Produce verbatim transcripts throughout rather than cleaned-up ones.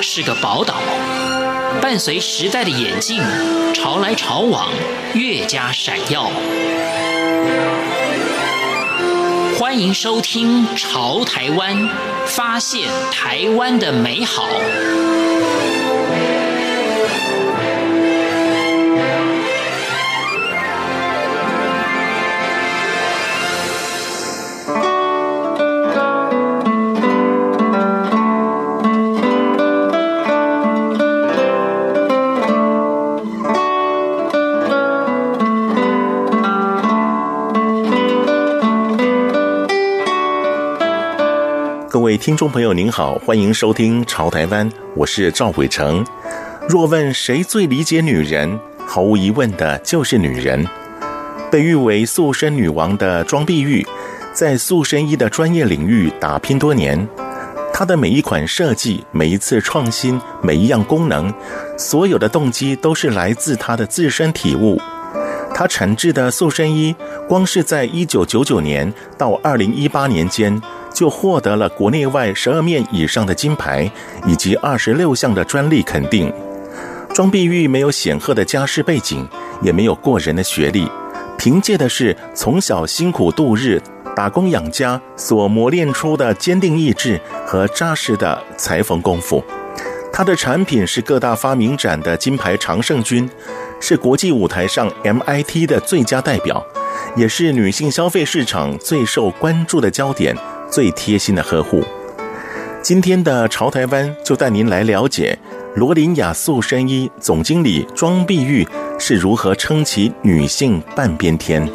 是个宝岛，伴随时代的演进，潮来潮往，越加闪耀。欢迎收听《潮台湾》，发现台湾的美好。 各位听众朋友您好，欢迎收听《潮台湾》，我是赵伟成。若问谁最理解女人，毫无疑问的就是女人。被誉为塑身女王的庄碧玉，在塑身衣的专业领域打拼多年。她的每一款设计，每一次创新，每一样功能，所有的动机都是来自她的自身体悟。她产制的塑身衣，光是在一九九九年到二零一八年间，就获得了国内外十二面以上的金牌，以及二十六项的专利肯定。庄碧玉没有显赫的家世背景，也没有过人的学历，凭借的是从小辛苦度日、打工养家所磨练出的坚定意志和扎实的裁缝功夫。她的产品是各大发明展的金牌常胜军，是国际舞台上 M I T 的最佳代表，也是女性消费市场最受关注的焦点，最贴心的呵护。今天的潮台湾就带您来了解罗琳雅塑身衣总经理庄碧玉是如何撑起女性半边天。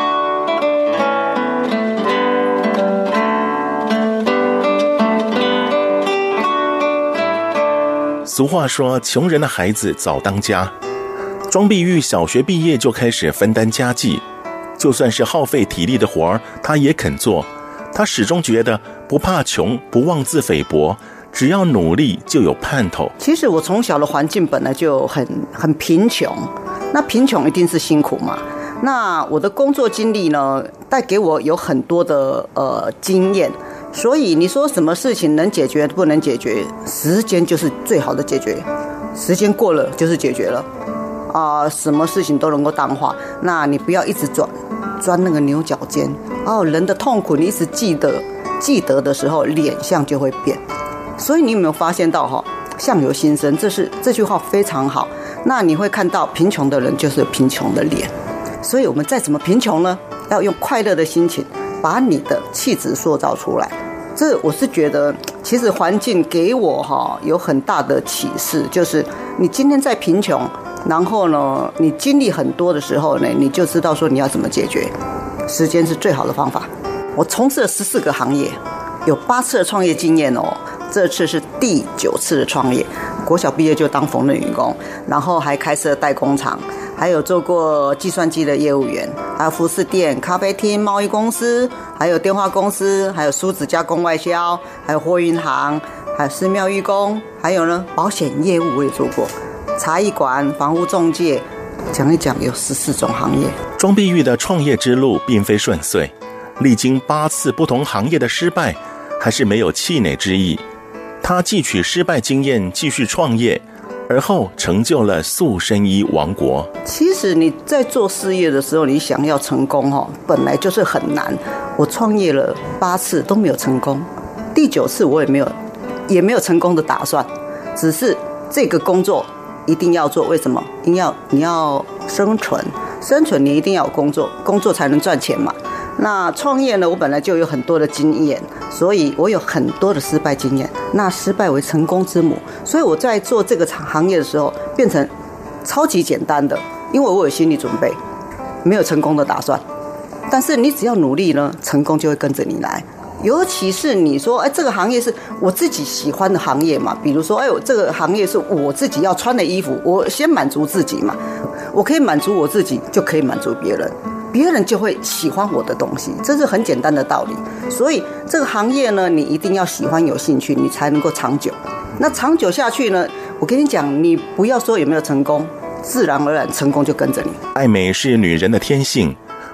俗话说，穷人的孩子早当家。庄碧玉小学毕业就开始分担家计，就算是耗费体力的活儿，她也肯做。他始终觉得不怕穷，不妄自菲薄，只要努力就有盼头。 其实我从小的环境本来就很很贫穷，那贫穷一定是辛苦嘛。那我的工作经历呢，带给我有很多的呃经验，所以你说什么事情能解决不能解决，时间就是最好的解决，时间过了就是解决了啊、呃，什么事情都能够淡化。那你不要一直转。钻那个牛角尖哦，人的痛苦你一直记得记得的时候，脸相就会变。所以你有没有发现到哈，相由心生，这是这句话非常好。那你会看到贫穷的人就是有贫穷的脸，所以我们再怎么贫穷呢，要用快乐的心情把你的气质塑造出来。这我是觉得，其实环境给我哈有很大的启示，就是你今天在贫穷。然后呢，你经历很多的时候呢，你就知道说你要怎么解决。时间是最好的方法。我从事了十四个行业，有八次的创业经验哦。这次是第九次的创业。国小毕业就当缝纫女工，然后还开设代工厂，还有做过计算机的业务员，还有服饰店、咖啡厅、贸易公司，还有电话公司，还有梳子加工外销，还有货运行，还有寺庙义工，还有呢保险业务我也做过。茶艺馆、房屋中介，讲一讲有十四种行业。 庄碧玉的创业之路并非顺遂，历经八次不同行业的失败，还是没有气馁之意。他汲取失败经验，继续创业，而后成就了塑身衣王国。 其实你在做事业的时候，你想要成功哦，本来就是很难。我创业了八次都没有成功，第九次我也没有，也没有成功的打算，只是这个工作。一定要做，为什么？因为要你要生存，生存你一定要有工作，工作才能赚钱嘛。那创业呢，我本来就有很多的经验，所以我有很多的失败经验。那失败为成功之母，所以我在做这个行业的时候，变成超级简单的，因为我有心理准备，没有成功的打算。但是你只要努力呢，成功就会跟着你来。尤其是你说，哎，这个行业是我自己喜欢的行业嘛？比如说，哎，我这个行业是我自己要穿的衣服，我先满足自己嘛。我可以满足我自己，就可以满足别人，别人就会喜欢我的东西，这是很简单的道理。所以这个行业呢，你一定要喜欢、有兴趣，你才能够长久。那长久下去呢，我跟你讲，你不要说有没有成功，自然而然成功就跟着你。 爱美是女人的天性。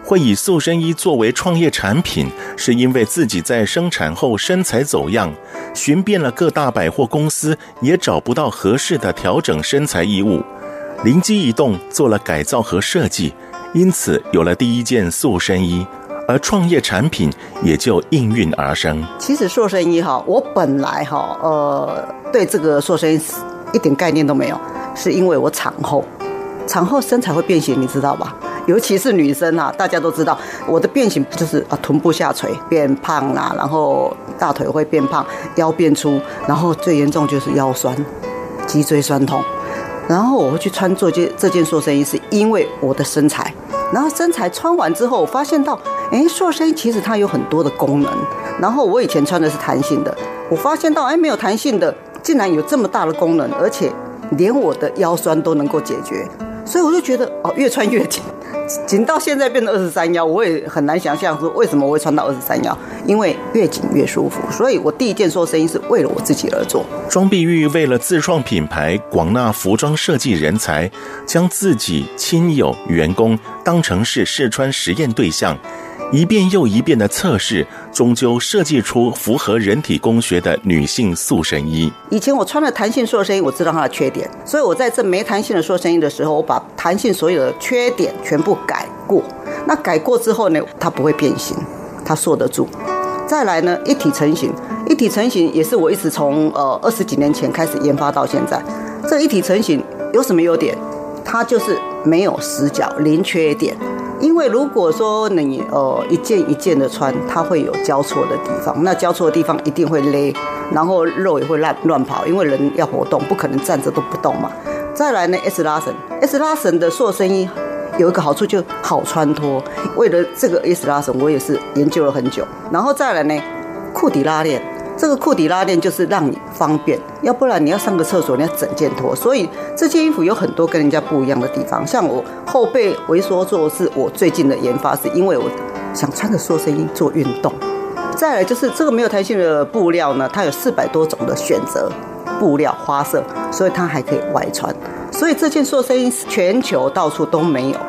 会以塑身衣作为创业产品，是因为自己在生产后身材走样，寻遍了各大百货公司，也找不到合适的调整身材衣物，灵机一动做了改造和设计，因此有了第一件塑身衣，而创业产品也就应运而生。 其实塑身衣哈，我本来哈呃对这个塑身衣一点概念都没有，是因为我产后，产后身材会变形，你知道吧？尤其是女生啊，大家都知道，我的变形就是啊臀部下垂变胖啦、啊，然后大腿会变胖，腰变粗，然后最严重就是腰酸、脊椎酸痛。然后我会去穿这件这件塑身衣，是因为我的身材。然后身材穿完之后，我发现到，哎，塑身衣其实它有很多的功能。然后我以前穿的是弹性的，我发现到，哎，没有弹性的竟然有这么大的功能，而且连我的腰酸都能够解决。所以我就觉得，哦，越穿越紧。紧到现在变成二十三腰，我也很难想象说为什么我会穿到二十三腰，因为越紧越舒服。所以我第一件塑身衣是为了我自己而做。 庄碧玉为了自创品牌，广纳服装设计人才，将自己、亲友、员工当成是试穿实验对象，一遍又一遍的测试，终究设计出符合人体工学的女性塑身衣。 以前我穿了弹性塑身衣，我知道它的缺点，所以我在这没弹性的塑身衣的时候，我把弹性所有的缺点全部改过。那改过之后呢，它不会变形，它塑得住。再来呢，一体成型，一体成型也是我一直从呃二十几年前开始研发到现在。这一体成型有什么优点？它就是没有死角，零缺点。因为如果说你呃一件一件的穿，它会有交错的地方，那交错的地方一定会勒，然后肉也会乱乱跑，因为人要活动，不可能站着都不动嘛。再来呢 ，S 拉绳 ，S 拉绳的塑身衣有一个好处就好穿脱。为了这个 S 拉绳，我也是研究了很久。然后再来呢，裤底拉链。这个裤底拉链就是让你方便，要不然你要上个厕所，你要整件脱。所以这件衣服有很多跟人家不一样的地方。像我后背微缩做是我最近的研发，是因为我想穿着塑身衣做运动。再来就是这个没有弹性的布料呢，它有四百多种的选择布料花色，所以它还可以外穿。所以这件塑身衣全球到处都没有。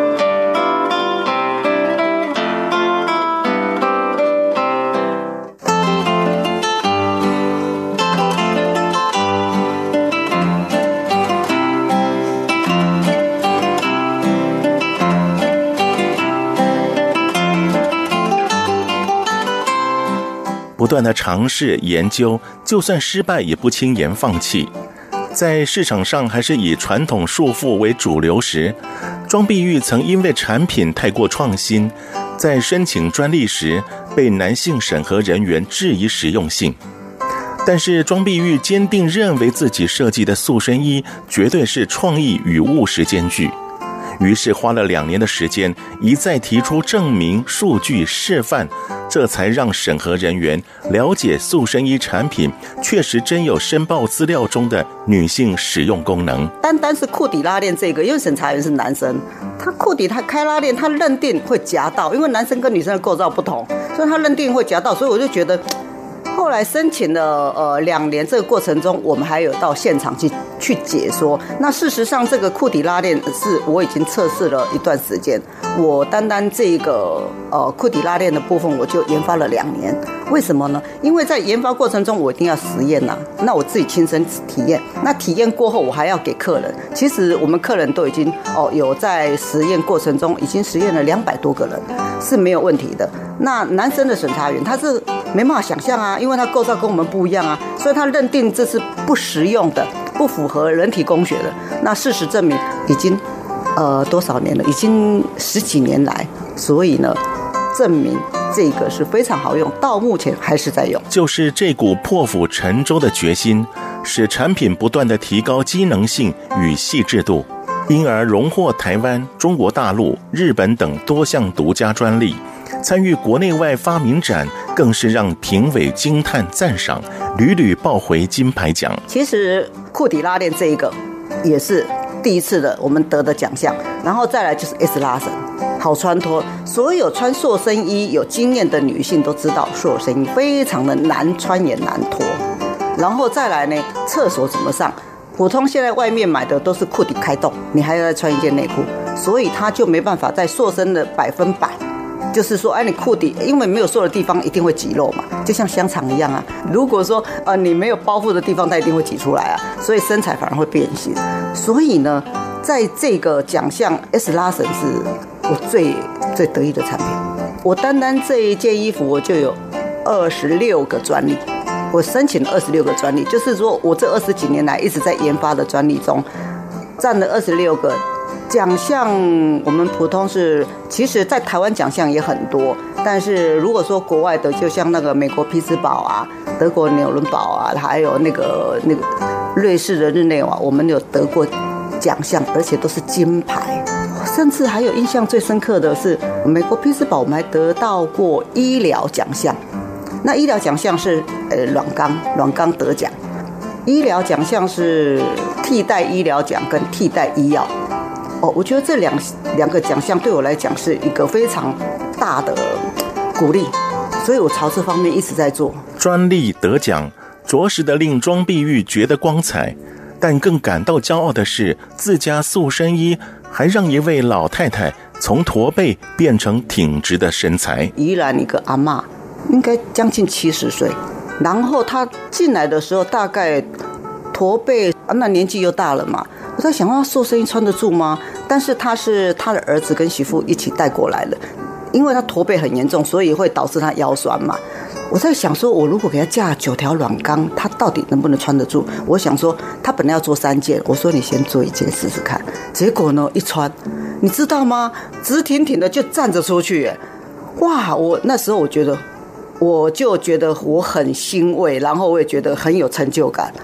不断的尝试研究，就算失败也不轻言放弃。在市场上还是以传统束缚为主流时，庄碧玉曾因为产品太过创新，在申请专利时被男性审核人员质疑实用性。但是庄碧玉坚定认为自己设计的塑身衣绝对是创意与务实兼具，于是花了两年的时间，一再提出证明、数据、示范，这才让审核人员了解塑身衣产品确实真有申报资料中的女性使用功能。 单单是裤底拉链这个，因为审查员是男生，他裤底他开拉链，他认定会夹到，因为男生跟女生的构造不同，所以他认定会夹到，所以我就觉得。后来申请了呃两年，这个过程中我们还有到现场去去解说。那事实上，这个裤底拉链是我已经测试了一段时间。我单单这个呃裤底拉链的部分，我就研发了两年。为什么呢？因为在研发过程中，我一定要实验呐、啊。那我自己亲身体验。那体验过后，我还要给客人。其实我们客人都已经哦有在实验过程中已经实验了两百多个人，是没有问题的。那男生的审查员他是没办法想象啊，因为他构造跟我们不一样啊，所以他认定这是不实用的，不符合人体工学的。那事实证明已经呃多少年了，已经十几年来，所以呢证明这个是非常好用，到目前还是在用。 就是这股破釜沉舟的决心，使产品不断的提高机能性与细致度，因而荣获台湾、中国大陆、日本等多项独家专利。参与国内外发明展，更是让评委惊叹赞赏，屡屡抱回金牌奖。 其实裤底拉链这一个也是第一次的我们得的奖项，然后再来就是 S 拉绳，好穿脱。所有穿塑身衣有经验的女性都知道，塑身衣非常的难穿也难脱。然后再来呢，厕所怎么上？普通现在外面买的都是裤底开洞，你还要再穿一件内裤。 所以它就没办法在塑身的百分百。就是说，哎，你裤底因为没有塑的地方一定会挤肉嘛，就像香肠一样啊。如果说呃你没有包覆的地方，它一定会挤出来啊，所以身材反而会变形。所以呢，在这个奖项 S 拉神是我最最得意的产品。我单单这一件衣服我就有二十六个专利，我申请了二十六个专利，就是说我这二十几年来一直在研发的专利中，占了二十六个。奖项我们普通是，其实在台湾奖项也很多，但是如果说国外的，就像那个美国匹兹堡啊、德国纽伦堡啊，还有那个那个瑞士的日内瓦，我们有得过奖项，而且都是金牌。甚至还有印象最深刻的是，美国匹兹堡我们还得到过医疗奖项。那医疗奖项是呃软钢，软钢得奖。医疗奖项是替代医疗奖跟替代医药。哦，我觉得这两两个奖项对我来讲是一个非常大的鼓励，所以我朝这方面一直在做。 专利得奖，着实的令庄碧玉觉得光彩，但更感到骄傲的是，自家塑身衣还让一位老太太从驼背变成挺直的身材。 宜兰一个阿嬷，应该将近七十岁，然后她进来的时候大概驼背，那年纪又大了嘛。我在想，他塑身衣穿得住吗？但是他是他的儿子跟媳妇一起带过来的，因为他驼背很严重，所以会导致他腰酸嘛。我在想说，我如果给他架九条软钢，他到底能不能穿得住？我想说，他本来要做三件，我说你先做一件试试看。结果呢，一穿，你知道吗？直挺挺的就站着出去，耶！哇！我那时候我觉得，我就觉得我很欣慰，然后我也觉得很有成就感。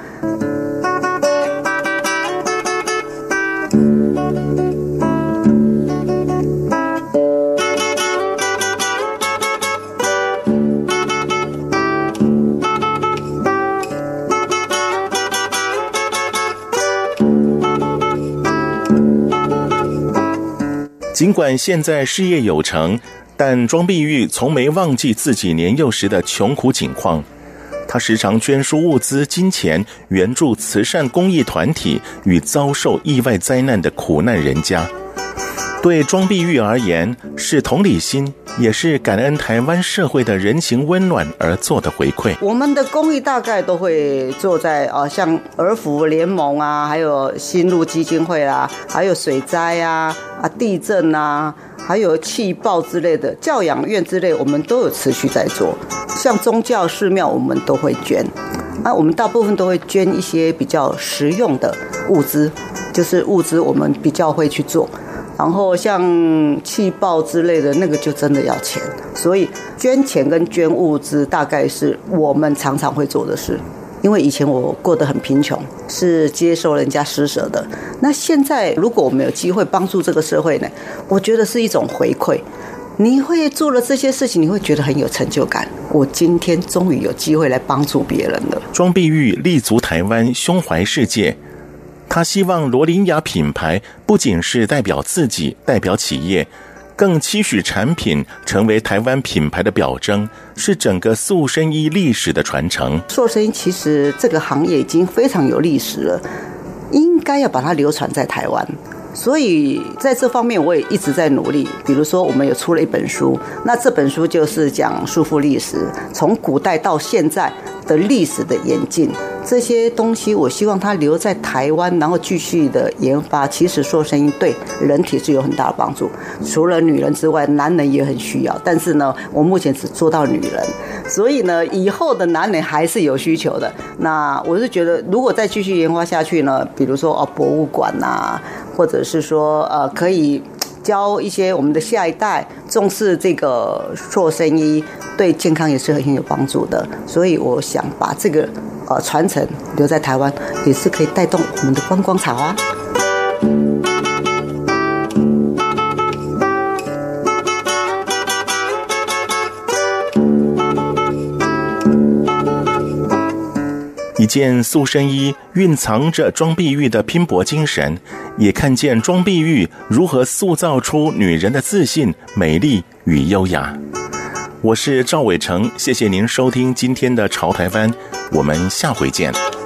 尽管现在事业有成，但庄碧玉从没忘记自己年幼时的穷苦境况。她时常捐输物资、金钱，援助慈善公益团体与遭受意外灾难的苦难人家。对庄碧玉而言，是同理心，也是感恩台湾社会的人情温暖而做的回馈。 我们的公益大概都会做在呃，像儿福联盟啊，还有新路基金会啦、啊，还有水灾啊、啊地震啊，还有气爆之类的，教养院之类，我们都有持续在做。像宗教寺庙，我们都会捐。啊，我们大部分都会捐一些比较实用的物资，就是物资我们比较会去做。然后像气爆之类的那个就真的要钱，所以捐钱跟捐物资大概是我们常常会做的事。因为以前我过得很贫穷，是接受人家施舍的。那现在如果我们有机会帮助这个社会呢，我觉得是一种回馈。你会做了这些事情，你会觉得很有成就感。我今天终于有机会来帮助别人了。 庄碧玉立足台湾，胸怀世界。他希望罗琳雅品牌不仅是代表自己、代表企业，更期许产品成为台湾品牌的表征，是整个塑身衣历史的传承。 塑身衣其实这个行业已经非常有历史了，应该要把它流传在台湾。所以在这方面我也一直在努力。比如说我们有出了一本书，那这本书就是讲束缚历史，从古代到现在的历史的演进，这些东西我希望它留在台湾，然后继续的研发。其实塑身衣对人体是有很大的帮助，除了女人之外，男人也很需要。但是呢，我目前只做到女人，所以呢，以后的男人还是有需求的。那我是觉得，如果再继续研发下去呢，比如说哦，博物馆啊，或者是说呃，可以教一些我们的下一代重视这个塑身衣，对健康也是很有帮助的。所以我想把这个呃传承留在台湾，也是可以带动我们的观光潮啊。 一件塑身衣蕴藏着庄碧玉的拼搏精神，也看见庄碧玉如何塑造出女人的自信、美丽与优雅。我是赵伟成，谢谢您收听今天的潮台湾，我们下回见。